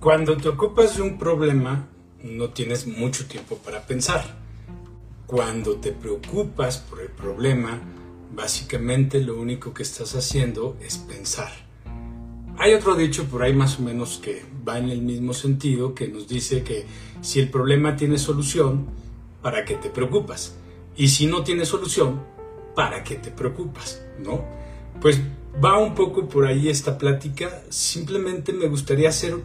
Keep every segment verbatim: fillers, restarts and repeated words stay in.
Cuando te ocupas de un problema, no tienes mucho tiempo para pensar. Cuando te preocupas por el problema, básicamente lo único que estás haciendo es pensar. Hay otro dicho por ahí más o menos que va en el mismo sentido, que nos dice que si el problema tiene solución, ¿para qué te preocupas? Y si no tiene solución, ¿para qué te preocupas? ¿No? Pues va un poco por ahí esta plática. Simplemente me gustaría hacer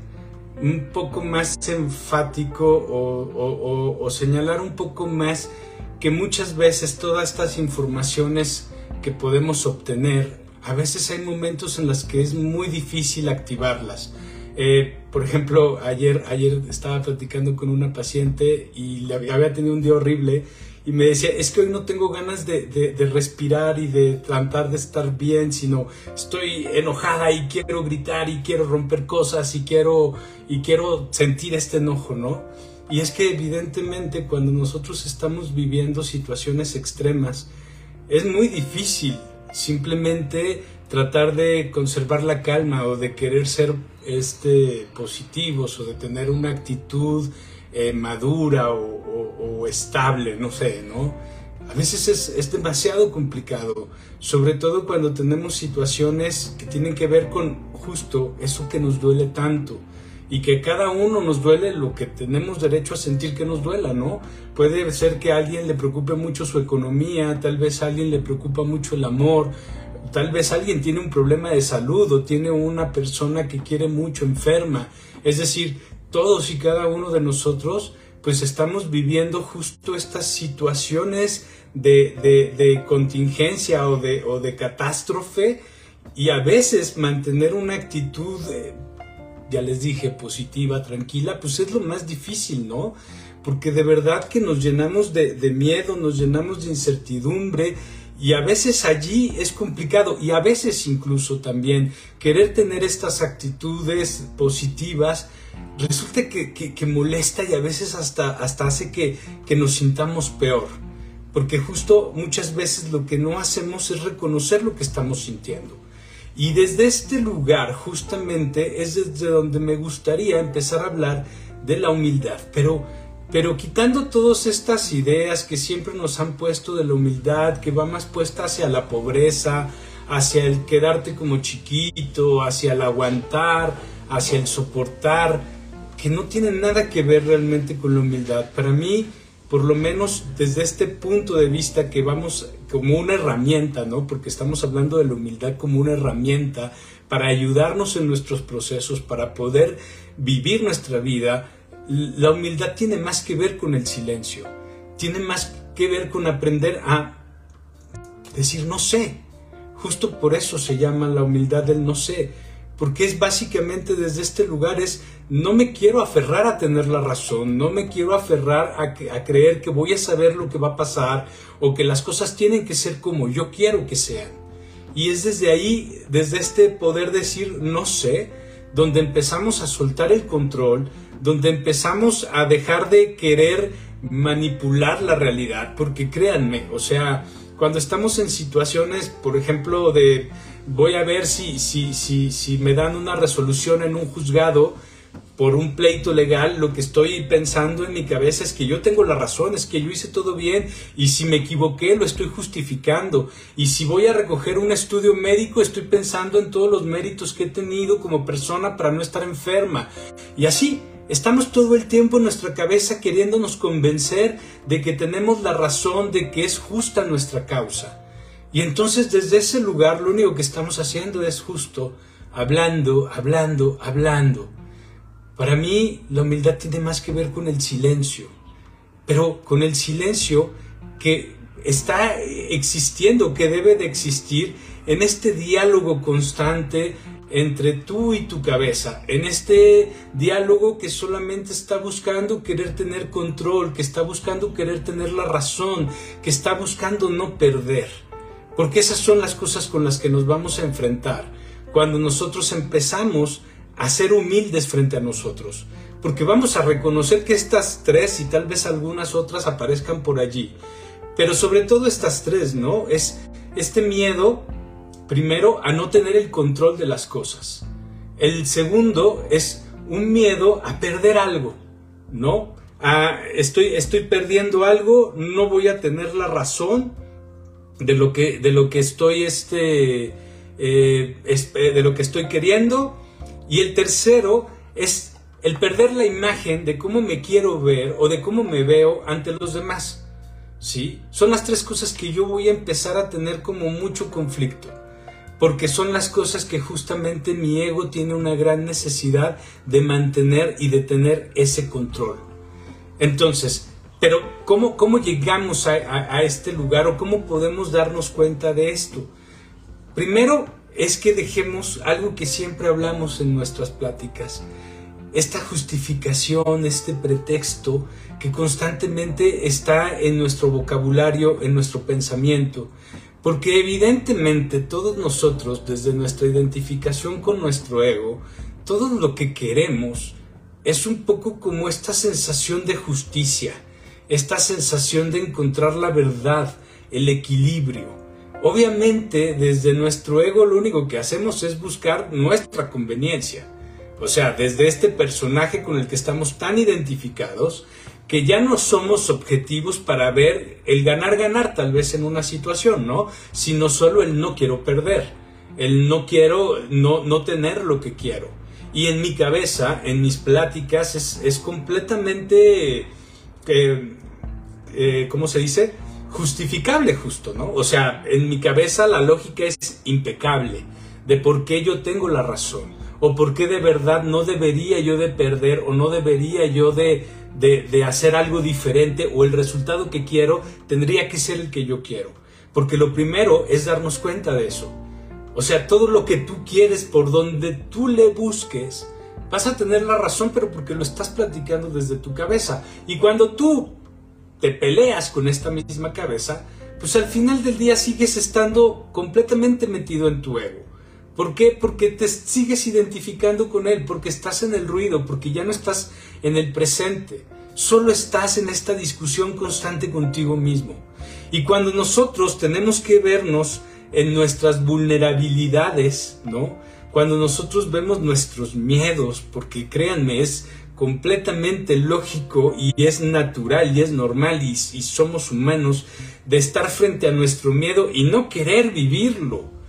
un poco más enfático o, o, o, o señalar un poco más que muchas veces todas estas informaciones que podemos obtener, a veces hay momentos en los que es muy difícil activarlas. Eh, por ejemplo, ayer, ayer estaba platicando con una paciente y le había, había tenido un día horrible y me decía, es que hoy no tengo ganas de, de, de respirar y de tratar de estar bien, sino estoy enojada y quiero gritar y quiero romper cosas y quiero, y quiero sentir este enojo, ¿no? Y es que evidentemente cuando nosotros estamos viviendo situaciones extremas, es muy difícil simplemente tratar de conservar la calma o de querer ser este, positivos o de tener una actitud eh, madura o, o, o estable, no sé, ¿no? A veces es, es demasiado complicado, sobre todo cuando tenemos situaciones que tienen que ver con justo eso que nos duele tanto. Y que cada uno nos duele lo que tenemos derecho a sentir que nos duela, ¿no? Puede ser que a alguien le preocupe mucho su economía, tal vez a alguien le preocupa mucho el amor, tal vez alguien tiene un problema de salud o tiene una persona que quiere mucho enferma. Es decir, todos y cada uno de nosotros pues estamos viviendo justo estas situaciones de, de, de contingencia o de, o de catástrofe, y a veces mantener una actitud eh, ya les dije, positiva, tranquila, pues es lo más difícil, ¿no? Porque de verdad que nos llenamos de, de miedo, nos llenamos de incertidumbre, y a veces allí es complicado, y a veces incluso también querer tener estas actitudes positivas resulta que, que, que molesta, y a veces hasta, hasta hace que, que nos sintamos peor. Porque justo muchas veces lo que no hacemos es reconocer lo que estamos sintiendo. Y desde este lugar justamente es desde donde me gustaría empezar a hablar de la humildad, pero, pero quitando todas estas ideas que siempre nos han puesto de la humildad, que va más puesta hacia la pobreza, hacia el quedarte como chiquito, hacia el aguantar, hacia el soportar, que no tienen nada que ver realmente con la humildad. Para mí, por lo menos desde este punto de vista que vamos como una herramienta, ¿no? Porque estamos hablando de la humildad como una herramienta para ayudarnos en nuestros procesos, para poder vivir nuestra vida. La humildad tiene más que ver con el silencio, tiene más que ver con aprender a decir no sé. Justo por eso se llama la humildad del no sé, porque es básicamente desde este lugar es no me quiero aferrar a tener la razón, no me quiero aferrar a, que, a creer que voy a saber lo que va a pasar o que las cosas tienen que ser como yo quiero que sean. Y es desde ahí, desde este poder decir no sé, donde empezamos a soltar el control, donde empezamos a dejar de querer manipular la realidad, porque créanme, o sea, cuando estamos en situaciones, por ejemplo, de voy a ver si, si, si, si me dan una resolución en un juzgado por un pleito legal, lo que estoy pensando en mi cabeza es que yo tengo la razón, es que yo hice todo bien, y si me equivoqué lo estoy justificando, y si voy a recoger un estudio médico estoy pensando en todos los méritos que he tenido como persona para no estar enferma, y así estamos todo el tiempo en nuestra cabeza queriéndonos convencer de que tenemos la razón, de que es justa nuestra causa. Y entonces desde ese lugar lo único que estamos haciendo es justo hablando, hablando, hablando. Para mí la humildad tiene más que ver con el silencio, pero con el silencio que está existiendo, que debe de existir en este diálogo constante entre tú y tu cabeza, en este diálogo que solamente está buscando querer tener control, que está buscando querer tener la razón, que está buscando no perder. Porque esas son las cosas con las que nos vamos a enfrentar cuando nosotros empezamos a ser humildes frente a nosotros. Porque vamos a reconocer que estas tres y tal vez algunas otras aparezcan por allí. Pero sobre todo estas tres, ¿no? Es este miedo, primero, a no tener el control de las cosas. El segundo es un miedo a perder algo, ¿no? A, estoy, estoy perdiendo algo, no voy a tener la razón de lo que, de lo que estoy, este, eh, es, de lo que estoy queriendo. Y el tercero es el perder la imagen de cómo me quiero ver o de cómo me veo ante los demás, ¿sí? Son las tres cosas que yo voy a empezar a tener como mucho conflicto, porque son las cosas que justamente mi ego tiene una gran necesidad de mantener y de tener ese control. Entonces, pero ¿cómo, cómo llegamos a, a, a este lugar o cómo podemos darnos cuenta de esto? Primero es que dejemos algo que siempre hablamos en nuestras pláticas, esta justificación, este pretexto que constantemente está en nuestro vocabulario, en nuestro pensamiento. Porque evidentemente todos nosotros, desde nuestra identificación con nuestro ego, todo lo que queremos es un poco como esta sensación de justicia, esta sensación de encontrar la verdad, el equilibrio. Obviamente, desde nuestro ego lo único que hacemos es buscar nuestra conveniencia. O sea, desde este personaje con el que estamos tan identificados, que ya no somos objetivos para ver el ganar-ganar tal vez en una situación, ¿no? Sino solo el no quiero perder, el no quiero no, no tener lo que quiero. Y en mi cabeza, en mis pláticas, es, es completamente, eh, eh, ¿cómo se dice? Justificable justo, ¿no? O sea, en mi cabeza la lógica es impecable de por qué yo tengo la razón. O por qué de verdad no debería yo de perder o no debería yo de, de, de hacer algo diferente, o el resultado que quiero tendría que ser el que yo quiero. Porque lo primero es darnos cuenta de eso. O sea, todo lo que tú quieres, por donde tú le busques, vas a tener la razón, pero porque lo estás platicando desde tu cabeza. Y cuando tú te peleas con esta misma cabeza, pues al final del día sigues estando completamente metido en tu ego. ¿Por qué? Porque te sigues identificando con él, porque estás en el ruido, porque ya no estás en el presente. Solo estás en esta discusión constante contigo mismo. Y cuando nosotros tenemos que vernos en nuestras vulnerabilidades, ¿no? Cuando nosotros vemos nuestros miedos, porque créanme, es completamente lógico y es natural y es normal y, y somos humanos de estar frente a nuestro miedo y no querer vivirlo.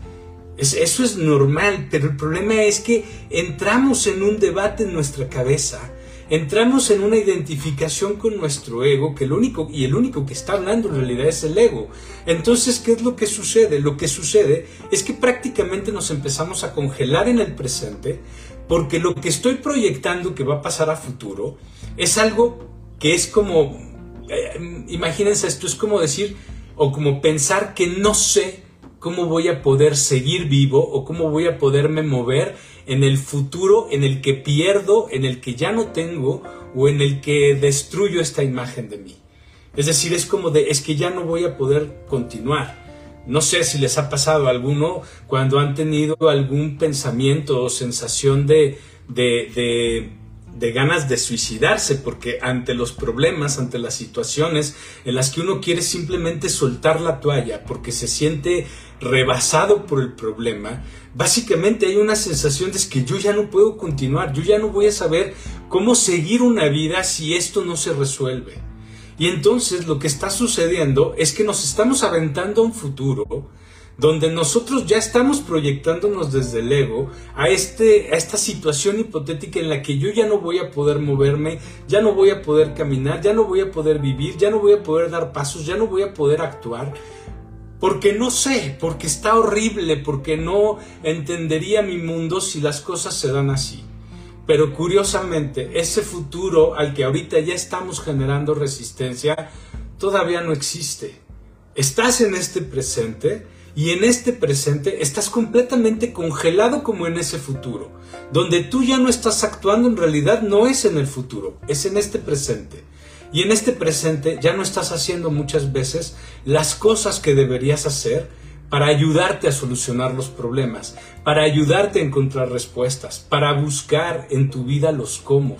Eso es normal, pero el problema es que entramos en un debate en nuestra cabeza, entramos en una identificación con nuestro ego, que el único, y el único que está hablando en realidad es el ego. Entonces, ¿qué es lo que sucede? Lo que sucede es que prácticamente nos empezamos a congelar en el presente, porque lo que estoy proyectando que va a pasar a futuro es algo que es como, eh, imagínense esto, es como decir, o como pensar que no sé cómo voy a poder seguir vivo o cómo voy a poderme mover en el futuro en el que pierdo, en el que ya no tengo o en el que destruyo esta imagen de mí. Es decir, es como de, es que ya no voy a poder continuar. No sé si les ha pasado a alguno cuando han tenido algún pensamiento o sensación de, de, de, de ganas de suicidarse, porque ante los problemas, ante las situaciones en las que uno quiere simplemente soltar la toalla porque se siente rebasado por el problema, básicamente hay una sensación de que yo ya no puedo continuar, yo ya no voy a saber cómo seguir una vida si esto no se resuelve. Y entonces lo que está sucediendo es que nos estamos aventando a un futuro donde nosotros ya estamos proyectándonos desde el ego a, este, a esta situación hipotética en la que yo ya no voy a poder moverme, ya no voy a poder caminar, ya no voy a poder vivir, ya no voy a poder dar pasos, ya no voy a poder actuar, porque no sé, porque está horrible, porque no entendería mi mundo si las cosas se dan así. Pero curiosamente, ese futuro al que ahorita ya estamos generando resistencia, todavía no existe. Estás en este presente, y en este presente estás completamente congelado como en ese futuro. Donde tú ya no estás actuando, en realidad no es en el futuro, es en este presente. Y en este presente ya no estás haciendo muchas veces las cosas que deberías hacer para ayudarte a solucionar los problemas, para ayudarte a encontrar respuestas, para buscar en tu vida los cómo.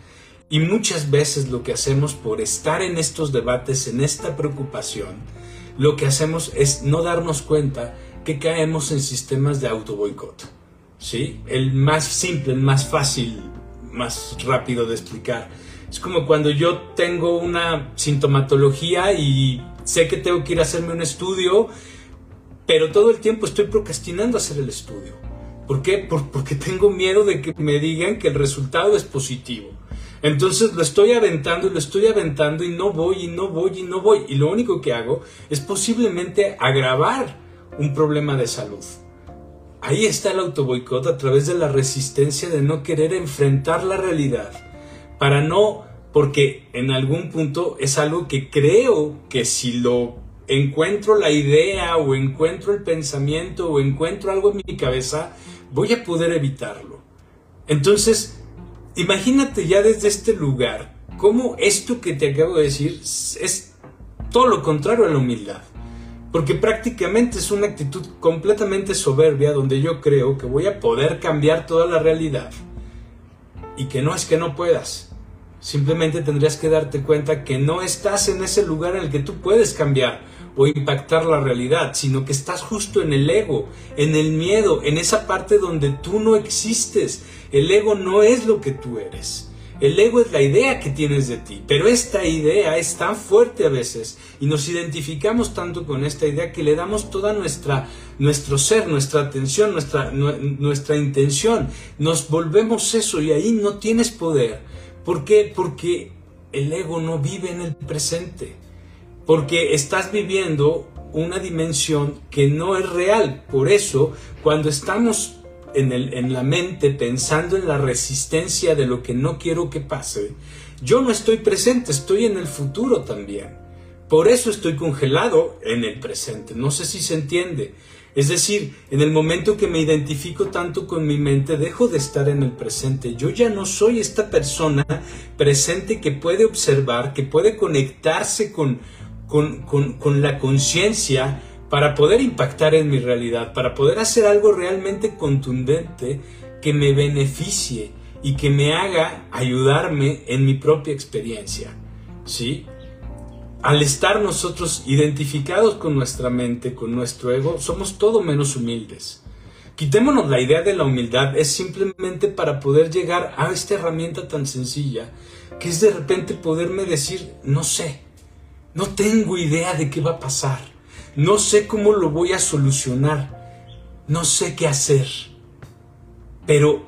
Y muchas veces lo que hacemos por estar en estos debates, en esta preocupación, lo que hacemos es no darnos cuenta que caemos en sistemas de autoboicot, ¿sí? El más simple, el más fácil más rápido de explicar. Es como cuando yo tengo una sintomatología y sé que tengo que ir a hacerme un estudio, pero todo el tiempo estoy procrastinando hacer el estudio. ¿Por qué? Por, porque tengo miedo de que me digan que el resultado es positivo. Entonces lo estoy aventando y lo estoy aventando y no voy y no voy y no voy. Y lo único que hago es posiblemente agravar un problema de salud. Ahí está el autoboicot, a través de la resistencia de no querer enfrentar la realidad. Para no, porque en algún punto es algo que creo que si lo encuentro la idea o encuentro el pensamiento o encuentro algo en mi cabeza, voy a poder evitarlo. Entonces, imagínate ya desde este lugar cómo esto que te acabo de decir es todo lo contrario a la humildad. Porque prácticamente es una actitud completamente soberbia donde yo creo que voy a poder cambiar toda la realidad. Y que no es que no puedas. Simplemente tendrías que darte cuenta que no estás en ese lugar en el que tú puedes cambiar o impactar la realidad, sino que estás justo en el ego, en el miedo, en esa parte donde tú no existes. El ego no es lo que tú eres. El ego es la idea que tienes de ti, pero esta idea es tan fuerte a veces y nos identificamos tanto con esta idea que le damos toda nuestra, nuestro ser, nuestra atención, nuestra, nuestra intención. Nos volvemos eso y ahí no tienes poder. ¿Por qué? Porque el ego no vive en el presente. Porque estás viviendo una dimensión que no es real. Por eso, cuando estamos en, el, en la mente pensando en la resistencia de lo que no quiero que pase, yo no estoy presente, estoy en el futuro también. Por eso estoy congelado en el presente. No sé si se entiende. Es decir, en el momento que me identifico tanto con mi mente, dejo de estar en el presente. Yo ya no soy esta persona presente que puede observar, que puede conectarse con, con, con, con la conciencia para poder impactar en mi realidad, para poder hacer algo realmente contundente que me beneficie y que me haga ayudarme en mi propia experiencia, ¿sí? Al estar nosotros identificados con nuestra mente, con nuestro ego, somos todo menos humildes. Quitémonos la idea de la humildad, es simplemente para poder llegar a esta herramienta tan sencilla, que es de repente poderme decir, no sé, no tengo idea de qué va a pasar, no sé cómo lo voy a solucionar, no sé qué hacer, pero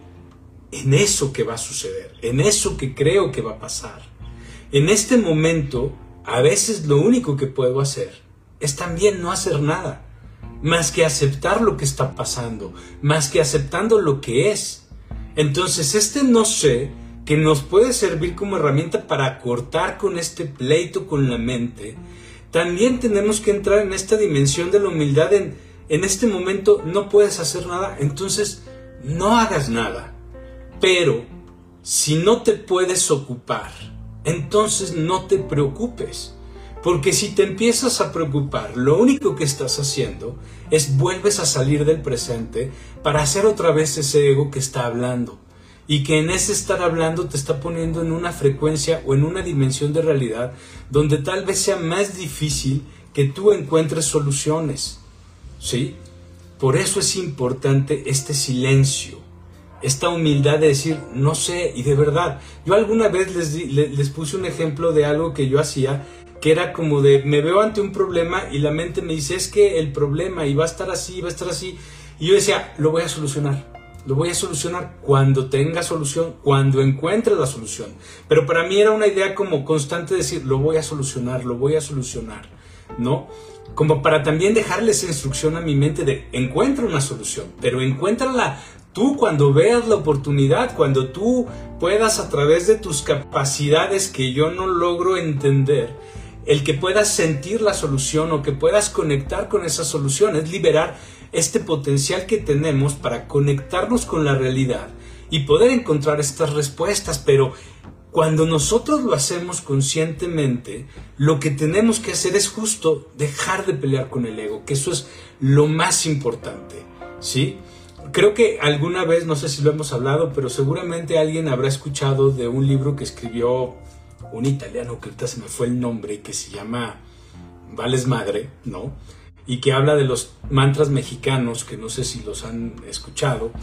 en eso que va a suceder, en eso que creo que va a pasar, en este momento, a veces lo único que puedo hacer es también no hacer nada, más que aceptar lo que está pasando, más que aceptando lo que es. Entonces este no sé, que nos puede servir como herramienta para cortar con este pleito con la mente, también tenemos que entrar en esta dimensión de la humildad. En, en este momento no puedes hacer nada, entonces no hagas nada. Pero si no te puedes ocupar, entonces no te preocupes, porque si te empiezas a preocupar, lo único que estás haciendo es vuelves a salir del presente para hacer otra vez ese ego que está hablando, y que en ese estar hablando te está poniendo en una frecuencia o en una dimensión de realidad donde tal vez sea más difícil que tú encuentres soluciones, ¿sí? Por eso es importante este silencio, esta humildad de decir, no sé, y de verdad, yo alguna vez les, di, les, les puse un ejemplo de algo que yo hacía, que era como de, me veo ante un problema y la mente me dice, es que el problema, y va a estar así, va a estar así, y yo decía, lo voy a solucionar, lo voy a solucionar cuando tenga solución, cuando encuentre la solución, pero para mí era una idea como constante de decir, lo voy a solucionar, lo voy a solucionar, ¿no? Como para también dejarle esa instrucción a mi mente de, encuentra una solución, pero encuéntrala tú cuando veas la oportunidad, cuando tú puedas a través de tus capacidades que yo no logro entender, el que puedas sentir la solución o que puedas conectar con esa solución, es liberar este potencial que tenemos para conectarnos con la realidad y poder encontrar estas respuestas. Pero cuando nosotros lo hacemos conscientemente, lo que tenemos que hacer es justo dejar de pelear con el ego, que eso es lo más importante, ¿sí? Creo que alguna vez, no sé si lo hemos hablado, pero seguramente alguien habrá escuchado de un libro que escribió un italiano, que ahorita se me fue el nombre, que se llama Vales Madre, ¿no? Y que habla de los mantras mexicanos, que no sé si los han escuchado,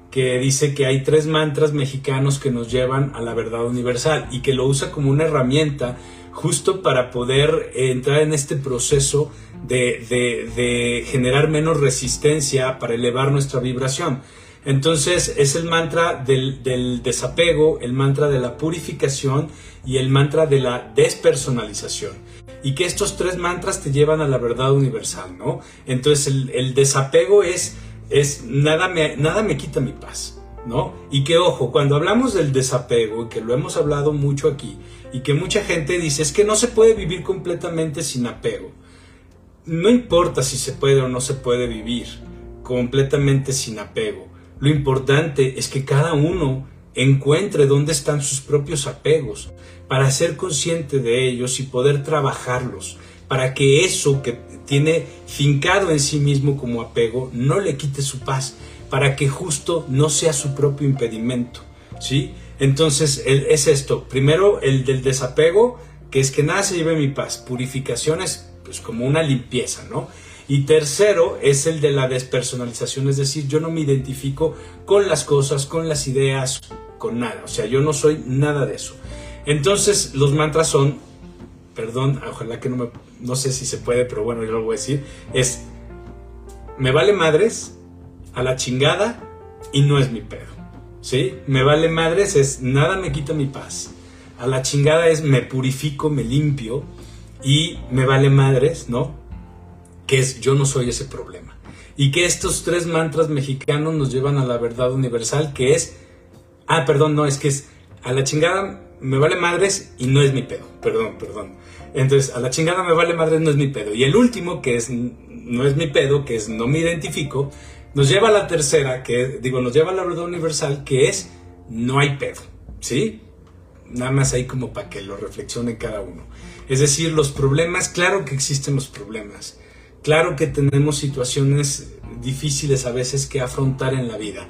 que dice que hay tres mantras mexicanos que nos llevan a la verdad universal y que lo usa como una herramienta justo para poder entrar en este proceso de, de, de generar menos resistencia para elevar nuestra vibración. Entonces es el mantra del, del desapego, el mantra de la purificación y el mantra de la despersonalización. Y que estos tres mantras te llevan a la verdad universal, ¿no? Entonces el, el desapego es, es nada, me, nada me quita mi paz, ¿no? Y que ojo, cuando hablamos del desapego, y que lo hemos hablado mucho aquí, y que mucha gente dice, es que no se puede vivir completamente sin apego. No importa si se puede o no se puede vivir completamente sin apego. Lo importante es que cada uno encuentre dónde están sus propios apegos para ser consciente de ellos y poder trabajarlos, para que eso que tiene fincado en sí mismo como apego no le quite su paz, para que justo no sea su propio impedimento, ¿sí? Entonces es esto, primero el del desapego, que es que nada se lleve mi paz, purificación es pues como una limpieza, ¿no? Y tercero es el de la despersonalización, es decir, yo no me identifico con las cosas, con las ideas, con nada, o sea, yo no soy nada de eso. Entonces los mantras son, perdón, ojalá que no me, no sé si se puede, pero bueno, yo lo voy a decir, es, me vale madres, a la chingada y no es mi pedo, ¿sí? Me vale madres es, nada me quita mi paz, a la chingada es, me purifico, me limpio y me vale madres, ¿no? Que es yo no soy ese problema. Y que estos tres mantras mexicanos nos llevan a la verdad universal, que es, ah, perdón, no, es que es, a la chingada me vale madres y no es mi pedo, perdón, perdón. Entonces, a la chingada me vale madres, no es mi pedo. Y el último, que es, no es mi pedo, que es no me identifico, nos lleva a la tercera, que digo, nos lleva a la verdad universal, que es, no hay pedo, ¿sí? Nada más ahí como para que lo reflexione cada uno. Es decir, los problemas, claro que existen los problemas. Claro que tenemos situaciones difíciles a veces que afrontar en la vida,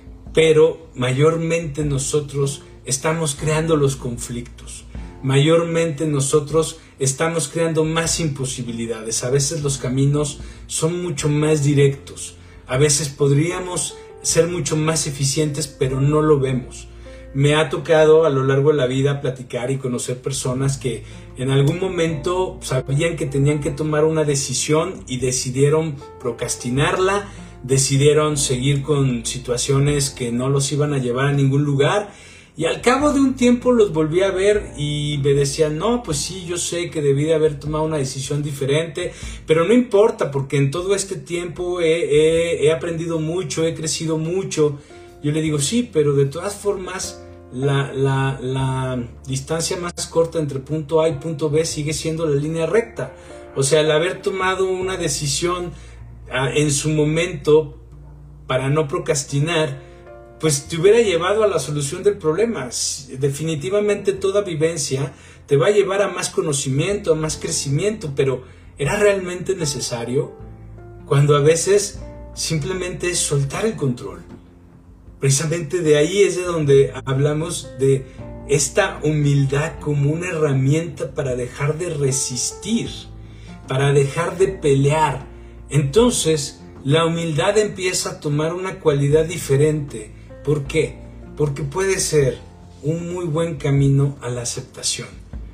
pero mayormente nosotros estamos creando los conflictos, mayormente nosotros estamos creando más imposibilidades, a veces los caminos son mucho más directos, a veces podríamos ser mucho más eficientes, pero no lo vemos. Me ha tocado a lo largo de la vida platicar y conocer personas que en algún momento sabían que tenían que tomar una decisión y decidieron procrastinarla, decidieron seguir con situaciones que no los iban a llevar a ningún lugar y al cabo de un tiempo los volví a ver y me decían, no, pues sí, yo sé que debí de haber tomado una decisión diferente, pero no importa porque en todo este tiempo he, he, he aprendido mucho, he crecido mucho. Yo le digo, sí, pero de todas formas, la, la, la distancia más corta entre punto A y punto B sigue siendo la línea recta. O sea, el haber tomado una decisión uh, en su momento para no procrastinar, pues te hubiera llevado a la solución del problema. Definitivamente toda vivencia te va a llevar a más conocimiento, a más crecimiento, pero ¿era realmente necesario? Cuando a veces simplemente es soltar el control. Precisamente de ahí es de donde hablamos de esta humildad como una herramienta para dejar de resistir, para dejar de pelear. Entonces, la humildad empieza a tomar una cualidad diferente. ¿Por qué? Porque puede ser un muy buen camino a la aceptación.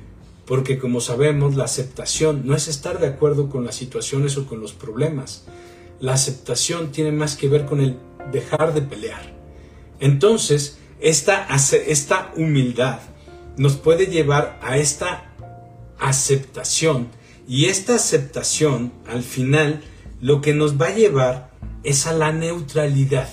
Porque como sabemos, la aceptación no es estar de acuerdo con las situaciones o con los problemas. La aceptación tiene más que ver con el dejar de pelear. Entonces, esta, esta humildad nos puede llevar a esta aceptación. Y esta aceptación, al final, lo que nos va a llevar es a la neutralidad.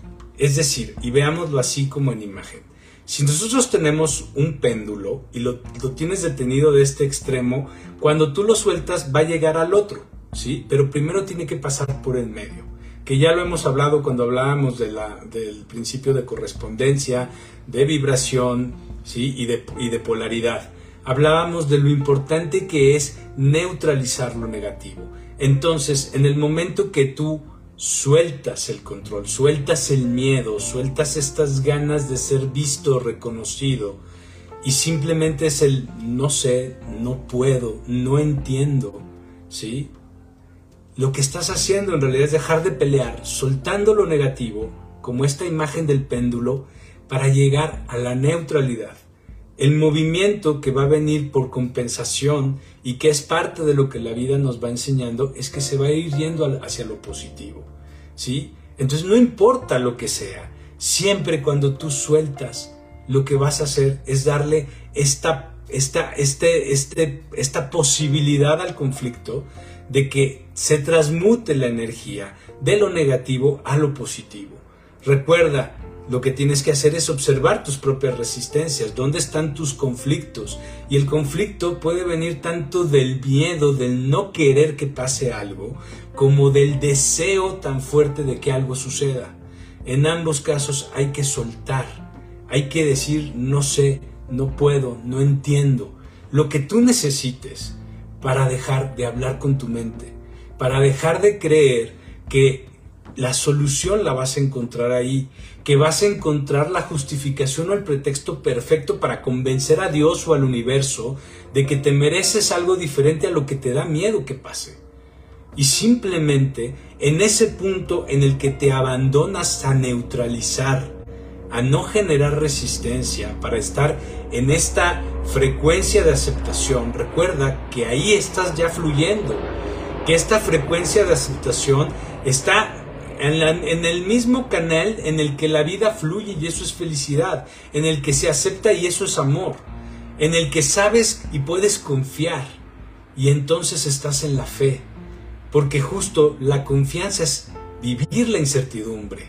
Es decir, y veámoslo así como en imagen. Si nosotros tenemos un péndulo y lo, lo tienes detenido de este extremo, cuando tú lo sueltas va a llegar al otro, ¿sí? Pero primero tiene que pasar por el medio. Que ya lo hemos hablado cuando hablábamos de la, del principio de correspondencia, de vibración, ¿sí? y, de, y de polaridad. Hablábamos de lo importante que es neutralizar lo negativo. Entonces, en el momento que tú sueltas el control, sueltas el miedo, sueltas estas ganas de ser visto, reconocido, y simplemente es el no sé, no puedo, no entiendo, ¿sí? Lo que estás haciendo en realidad es dejar de pelear, soltando lo negativo, como esta imagen del péndulo, para llegar a la neutralidad. El movimiento que va a venir por compensación y que es parte de lo que la vida nos va enseñando es que se va a ir yendo hacia lo positivo, ¿sí? Entonces no importa lo que sea, siempre cuando tú sueltas, lo que vas a hacer es darle esta, esta, este, este, esta posibilidad al conflicto de que se transmute la energía de lo negativo a lo positivo. Recuerda, lo que tienes que hacer es observar tus propias resistencias, dónde están tus conflictos. Y el conflicto puede venir tanto del miedo, del no querer que pase algo, como del deseo tan fuerte de que algo suceda. En ambos casos hay que soltar, hay que decir no sé, no puedo, no entiendo. Lo que tú necesites para dejar de hablar con tu mente, para dejar de creer que la solución la vas a encontrar ahí, que vas a encontrar la justificación o el pretexto perfecto para convencer a Dios o al universo de que te mereces algo diferente a lo que te da miedo que pase. Y simplemente en ese punto en el que te abandonas a neutralizar, a no generar resistencia, para estar en esta frecuencia de aceptación, recuerda que ahí estás ya fluyendo, que esta frecuencia de aceptación está En, la, en el mismo canal en el que la vida fluye y eso es felicidad, en el que se acepta y eso es amor, en el que sabes y puedes confiar y entonces estás en la fe, porque justo la confianza es vivir la incertidumbre.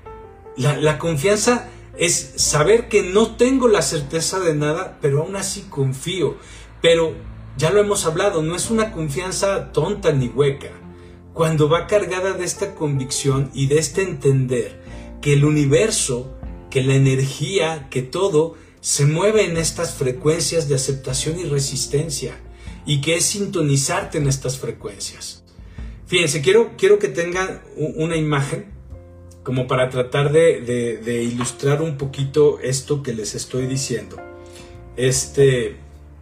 La, la confianza es saber que no tengo la certeza de nada, pero aún así confío. Pero ya lo hemos hablado, no es una confianza tonta ni hueca. Cuando va cargada de esta convicción y de este entender que el universo, que la energía, que todo se mueve en estas frecuencias de aceptación y resistencia y que es sintonizarte en estas frecuencias. Fíjense, quiero, quiero que tengan una imagen como para tratar de, de, de ilustrar un poquito esto que les estoy diciendo. Este...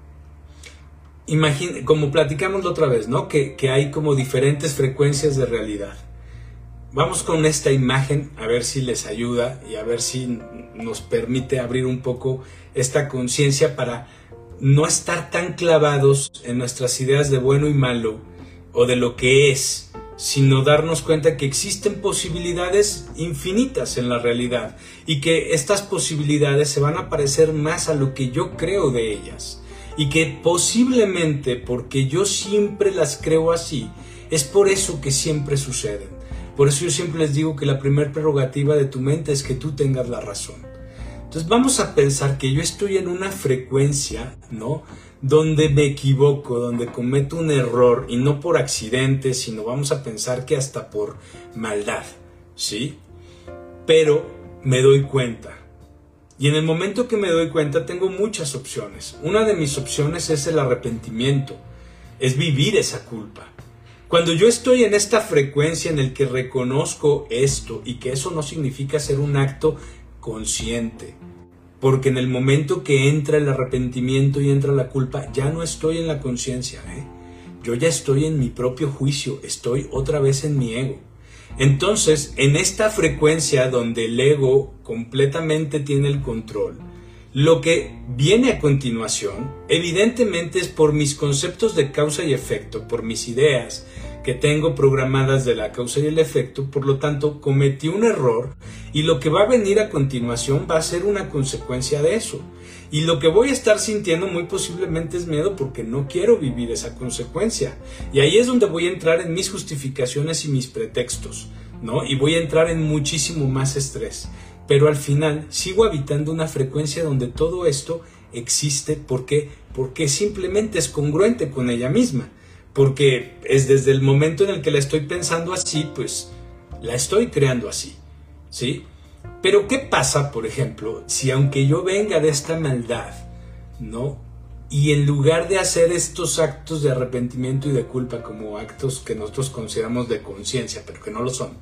Imagine, como platicamos la otra vez, ¿no? Que, que hay como diferentes frecuencias de realidad. Vamos con esta imagen a ver si les ayuda y a ver si nos permite abrir un poco esta conciencia para no estar tan clavados en nuestras ideas de bueno y malo o de lo que es, sino darnos cuenta que existen posibilidades infinitas en la realidad y que estas posibilidades se van a parecer más a lo que yo creo de ellas. Y que posiblemente porque yo siempre las creo así, es por eso que siempre suceden. Por eso yo siempre les digo que la primera prerrogativa de tu mente es que tú tengas la razón. Entonces vamos a pensar que yo estoy en una frecuencia, ¿no? Donde me equivoco, donde cometo un error, y no por accidente, sino vamos a pensar que hasta por maldad, ¿sí? Pero me doy cuenta. Y en el momento que me doy cuenta tengo muchas opciones. Una de mis opciones es el arrepentimiento, es vivir esa culpa. Cuando yo estoy en esta frecuencia en el que reconozco esto y que eso no significa hacer un acto consciente, porque en el momento que entra el arrepentimiento y entra la culpa, ya no estoy en la conciencia, ¿eh? Yo ya estoy en mi propio juicio, estoy otra vez en mi ego. Entonces, en esta frecuencia donde el ego completamente tiene el control, lo que viene a continuación, evidentemente es por mis conceptos de causa y efecto, por mis ideas que tengo programadas de la causa y el efecto, por lo tanto, cometí un error y lo que va a venir a continuación va a ser una consecuencia de eso. Y lo que voy a estar sintiendo muy posiblemente es miedo porque no quiero vivir esa consecuencia. Y ahí es donde voy a entrar en mis justificaciones y mis pretextos, ¿no? Y voy a entrar en muchísimo más estrés. Pero al final sigo habitando una frecuencia donde todo esto existe. ¿Por qué? Porque simplemente es congruente con ella misma. Porque es desde el momento en el que la estoy pensando así, pues la estoy creando así, ¿sí? Pero ¿qué pasa, por ejemplo, si aunque yo venga de esta maldad, ¿no? Y en lugar de hacer estos actos de arrepentimiento y de culpa como actos que nosotros consideramos de conciencia, pero que no lo son,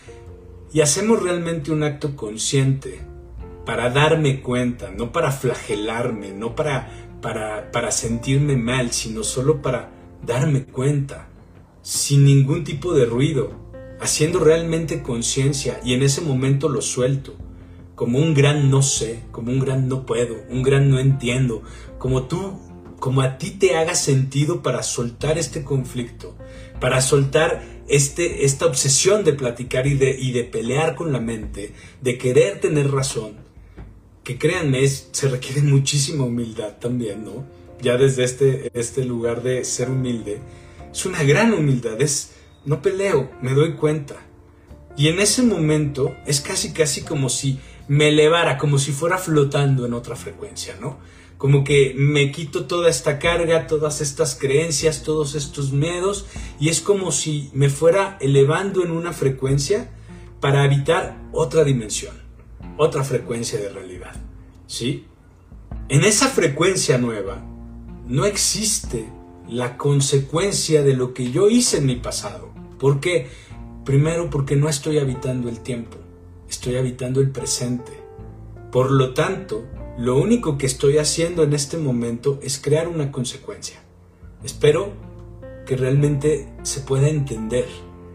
y hacemos realmente un acto consciente para darme cuenta, no para flagelarme, no para, para, para sentirme mal, sino solo para darme cuenta, sin ningún tipo de ruido, haciendo realmente conciencia, y en ese momento lo suelto, como un gran no sé, como un gran no puedo, un gran no entiendo, como tú, como a ti te haga sentido para soltar este conflicto, para soltar este, esta obsesión de platicar y de, y de pelear con la mente, de querer tener razón, que créanme, es, se requiere muchísima humildad también, ¿no? Ya desde este, este lugar de ser humilde, es una gran humildad, es no peleo, me doy cuenta. Y en ese momento es casi casi como si me elevara, como si fuera flotando en otra frecuencia, ¿no? Como que me quito toda esta carga, todas estas creencias, todos estos miedos, y es como si me fuera elevando en una frecuencia para habitar otra dimensión, otra frecuencia de realidad, ¿sí? En esa frecuencia nueva no existe la consecuencia de lo que yo hice en mi pasado. ¿Por qué? Primero, porque no estoy habitando el tiempo, estoy habitando el presente. Por lo tanto, lo único que estoy haciendo en este momento es crear una consecuencia. Espero que realmente se pueda entender.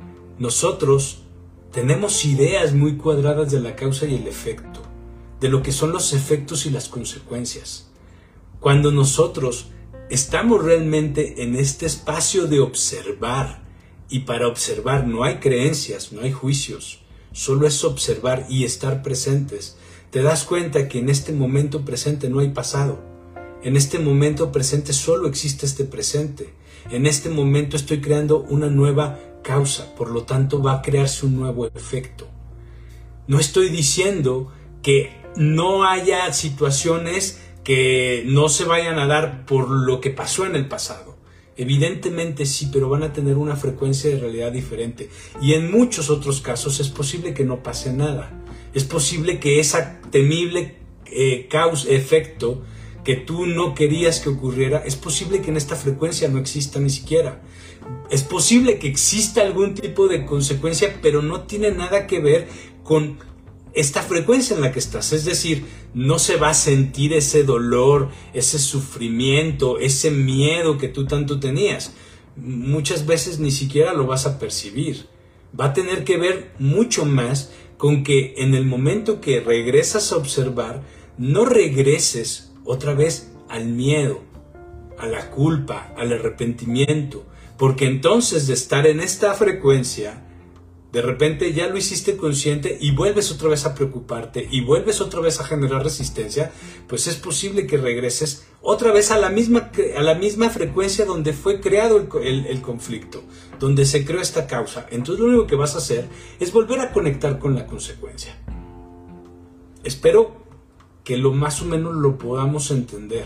Nosotros tenemos ideas muy cuadradas de la causa y el efecto, de lo que son los efectos y las consecuencias. Cuando nosotros estamos realmente en este espacio de observar, y para observar no hay creencias, no hay juicios, solo es observar y estar presentes, te das cuenta que en este momento presente no hay pasado. En este momento presente solo existe este presente. En este momento estoy creando una nueva causa, por lo tanto va a crearse un nuevo efecto. No estoy diciendo que no haya situaciones que no se vayan a dar por lo que pasó en el pasado. Evidentemente sí, pero van a tener una frecuencia de realidad diferente. Y en muchos otros casos es posible que no pase nada. Es posible que ese temible eh, causa, efecto que tú no querías que ocurriera, es posible que en esta frecuencia no exista ni siquiera. Es posible que exista algún tipo de consecuencia, pero no tiene nada que ver con esta frecuencia en la que estás. Es decir, no se va a sentir ese dolor, ese sufrimiento, ese miedo que tú tanto tenías. Muchas veces ni siquiera lo vas a percibir. Va a tener que ver mucho más con que en el momento que regresas a observar, no regreses otra vez al miedo, a la culpa, al arrepentimiento, porque entonces de estar en esta frecuencia, de repente ya lo hiciste consciente y vuelves otra vez a preocuparte y vuelves otra vez a generar resistencia, pues es posible que regreses otra vez a la misma, a la misma frecuencia donde fue creado el, el, el conflicto, donde se creó esta causa. Entonces lo único que vas a hacer es volver a conectar con la consecuencia. Espero que lo más o menos lo podamos entender.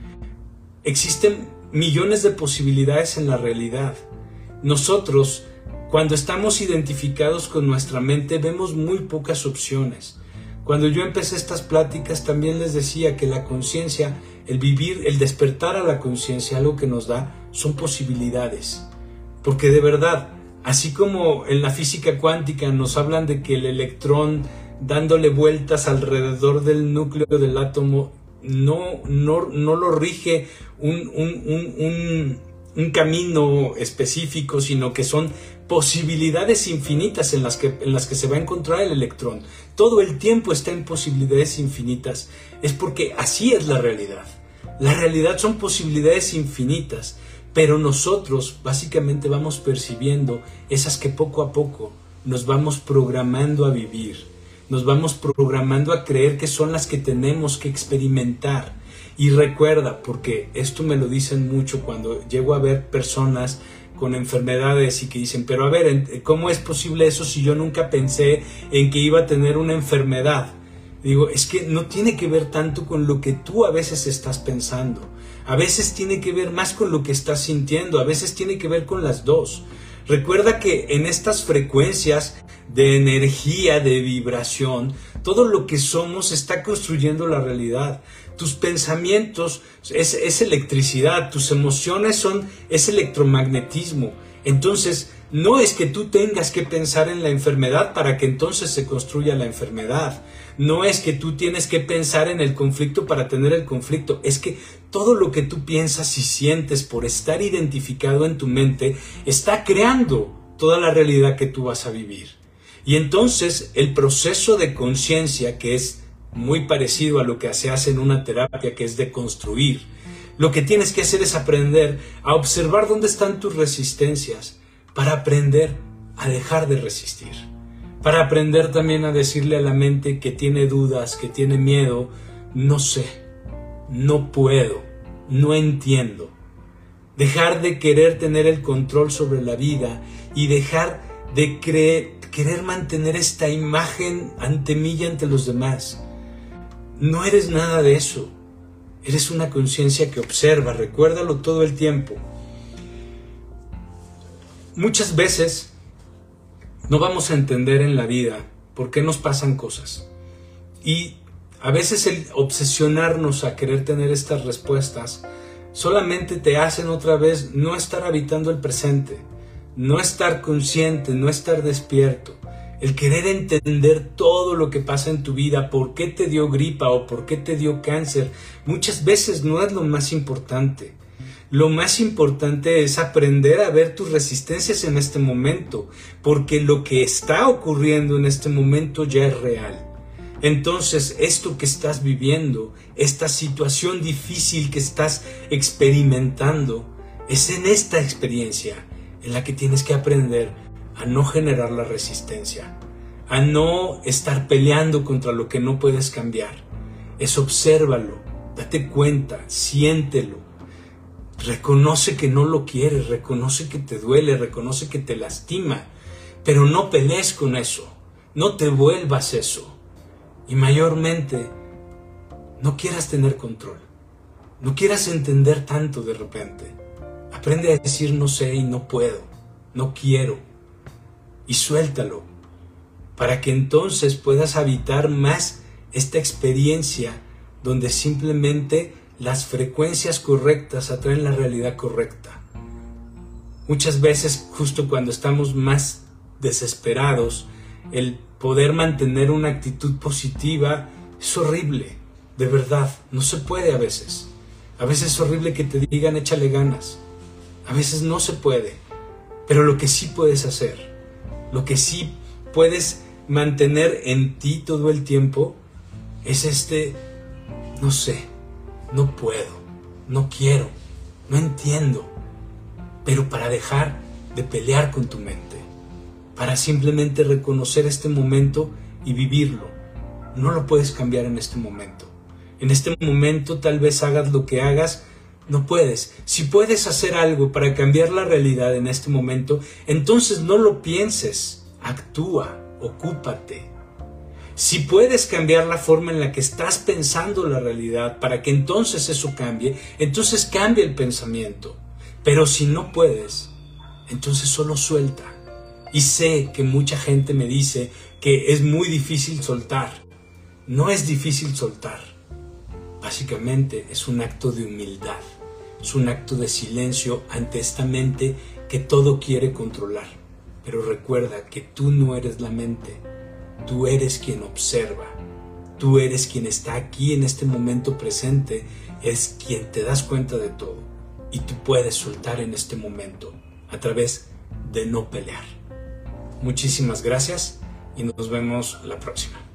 Existen millones de posibilidades en la realidad. Nosotros, cuando estamos identificados con nuestra mente, vemos muy pocas opciones. Cuando yo empecé estas pláticas también les decía que la conciencia, el vivir, el despertar a la conciencia, algo que nos da, son posibilidades. Porque de verdad, así como en la física cuántica nos hablan de que el electrón dándole vueltas alrededor del núcleo del átomo no, no, no lo rige un, un, un, un, un camino específico, sino que son posibilidades infinitas en las, que, en las que se va a encontrar el electrón. Todo el tiempo está en posibilidades infinitas. Es porque así es la realidad. La realidad son posibilidades infinitas, pero nosotros básicamente vamos percibiendo esas que poco a poco nos vamos programando a vivir. Nos vamos programando a creer que son las que tenemos que experimentar. Y recuerda, porque esto me lo dicen mucho cuando llego a ver personas con enfermedades y que dicen, pero a ver, ¿cómo es posible eso si yo nunca pensé en que iba a tener una enfermedad? Digo, es que no tiene que ver tanto con lo que tú a veces estás pensando. A veces tiene que ver más con lo que estás sintiendo, a veces tiene que ver con las dos. Recuerda que en estas frecuencias de energía, de vibración, todo lo que somos está construyendo la realidad. Tus pensamientos es, es electricidad, tus emociones son, es electromagnetismo. Entonces, no es que tú tengas que pensar en la enfermedad para que entonces se construya la enfermedad. No es que tú tienes que pensar en el conflicto para tener el conflicto. Es que todo lo que tú piensas y sientes por estar identificado en tu mente está creando toda la realidad que tú vas a vivir. Y entonces el proceso de conciencia, que es muy parecido a lo que se hace en una terapia, que es deconstruir, lo que tienes que hacer es aprender a observar dónde están tus resistencias para aprender a dejar de resistir. Para aprender también a decirle a la mente que tiene dudas, que tiene miedo, no sé, no puedo, no entiendo. Dejar de querer tener el control sobre la vida y dejar de creer, querer mantener esta imagen ante mí y ante los demás. No eres nada de eso. Eres una conciencia que observa, recuérdalo todo el tiempo. Muchas veces no vamos a entender en la vida por qué nos pasan cosas. Y a veces el obsesionarnos a querer tener estas respuestas solamente te hacen otra vez no estar habitando el presente, no estar consciente, no estar despierto. El querer entender todo lo que pasa en tu vida, por qué te dio gripa o por qué te dio cáncer, muchas veces no es lo más importante. Lo más importante es aprender a ver tus resistencias en este momento, porque lo que está ocurriendo en este momento ya es real. Entonces, esto que estás viviendo, esta situación difícil que estás experimentando, es en esta experiencia en la que tienes que aprender a no generar la resistencia, a no estar peleando contra lo que no puedes cambiar. Es obsérvalo, date cuenta, siéntelo. Reconoce que no lo quieres, reconoce que te duele, reconoce que te lastima, pero no pelees con eso, no te vuelvas eso. Y mayormente, no quieras tener control, no quieras entender tanto de repente. Aprende a decir no sé y no puedo, no quiero, y suéltalo, para que entonces puedas habitar más esta experiencia donde simplemente las frecuencias correctas atraen la realidad correcta. Muchas veces, justo cuando estamos más desesperados, el poder mantener una actitud positiva es horrible, de verdad, no se puede a veces. A veces es horrible que te digan échale ganas, a veces no se puede, pero lo que sí puedes hacer, lo que sí puedes mantener en ti todo el tiempo es este, no sé, no puedo, no quiero, no entiendo, pero para dejar de pelear con tu mente, para simplemente reconocer este momento y vivirlo. No lo puedes cambiar en este momento. En este momento tal vez hagas lo que hagas, no puedes. Si puedes hacer algo para cambiar la realidad en este momento, entonces no lo pienses, actúa, ocúpate. Si puedes cambiar la forma en la que estás pensando la realidad para que entonces eso cambie, entonces cambia el pensamiento. Pero si no puedes, entonces solo suelta. Y sé que mucha gente me dice que es muy difícil soltar. No es difícil soltar. Básicamente es un acto de humildad. Es un acto de silencio ante esta mente que todo quiere controlar. Pero recuerda que tú no eres la mente. Tú eres quien observa. Tú eres quien está aquí en este momento presente. Es quien te das cuenta de todo. Y tú puedes soltar en este momento a través de no pelear. Muchísimas gracias y nos vemos la próxima.